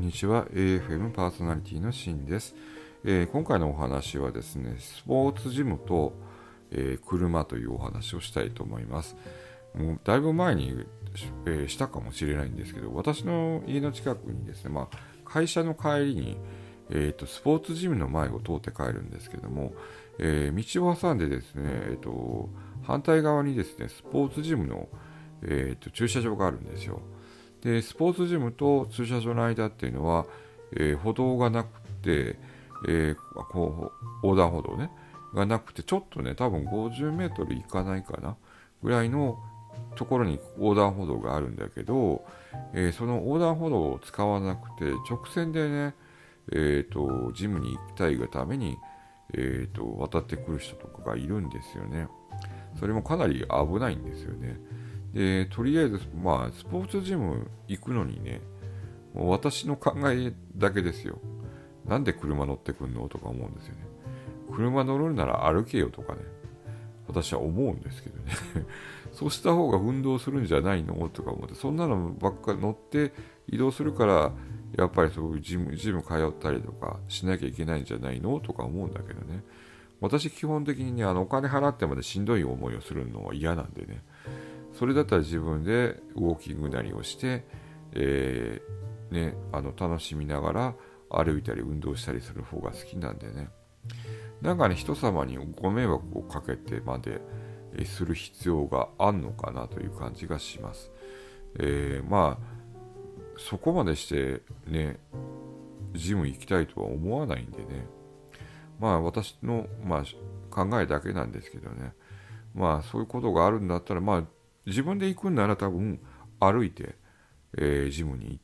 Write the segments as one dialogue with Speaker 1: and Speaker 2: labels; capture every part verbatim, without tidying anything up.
Speaker 1: んにちは。エーエフエム パーソナリティのシンです、えー、今回のお話はですね、スポーツジムと、えー、車というお話をしたいと思います。もうだいぶ前に、えー、したかもしれないんですけど、私の家の近くにですね、まあ、会社の帰りに、えーと、スポーツジムの前を通って帰るんですけども、えー、道を挟んでですね、えーと、反対側にですね、スポーツジムの、えーと、駐車場があるんですよ。で、スポーツジムと駐車場の間っていうのは、えー、歩道がなくて、えー、こう横断歩道ねがなくて、ちょっとね、多分ごじゅうメートルいかないかなぐらいのところに横断歩道があるんだけど、えー、その横断歩道を使わなくて直線でね、えーと、ジムに行きたいがために、えーと、渡ってくる人とかがいるんですよね。それもかなり危ないんですよね。で、とりあえず、まあ、スポーツジム行くのにね、もう私の考えだけですよ。なんで車乗ってくんのとか思うんですよね。車乗るなら歩けよとかね、私は思うんですけどね。そうした方が運動するんじゃないのとか思って、そんなのばっか乗って移動するから、やっぱりそういうジム、ジム通ったりとかしなきゃいけないんじゃないのとか思うんだけどね。私基本的にね、あのお金払ってまでしんどい思いをするのは嫌なんでね。それだったら自分でウォーキングなりをして、えーね、あの楽しみながら歩いたり運動したりする方が好きなんでね。なんかね、人様にご迷惑をかけてまでする必要があんのかなという感じがします。えー、まあそこまでしてね、ジム行きたいとは思わないんでね。まあ私の、まあ、考えだけなんですけどね。まあそういうことがあるんだったら、まあ自分で行くんなら多分歩いて、えー、ジムに行って、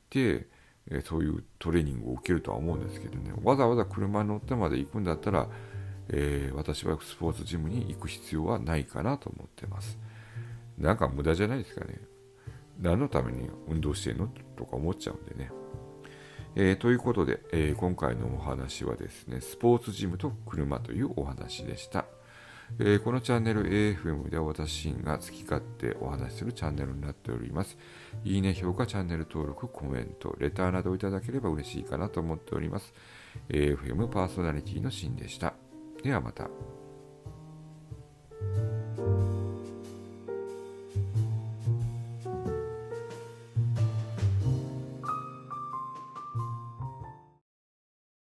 Speaker 1: えー、そういうトレーニングを受けるとは思うんですけどね。わざわざ車に乗ってまで行くんだったら、えー、私はスポーツジムに行く必要はないかなと思ってます。なんか無駄じゃないですかね。何のために運動してんのとか思っちゃうんでね。えー、ということで、えー、今回のお話はですね、スポーツジムと車というお話でした。えー、このチャンネル エーエフエム では私が好き勝手お話しするチャンネルになっております。いいね、評価、チャンネル登録、コメント、レターなどいただければ嬉しいかなと思っております。エーエフエム パーソナリティのシンでした。ではまた。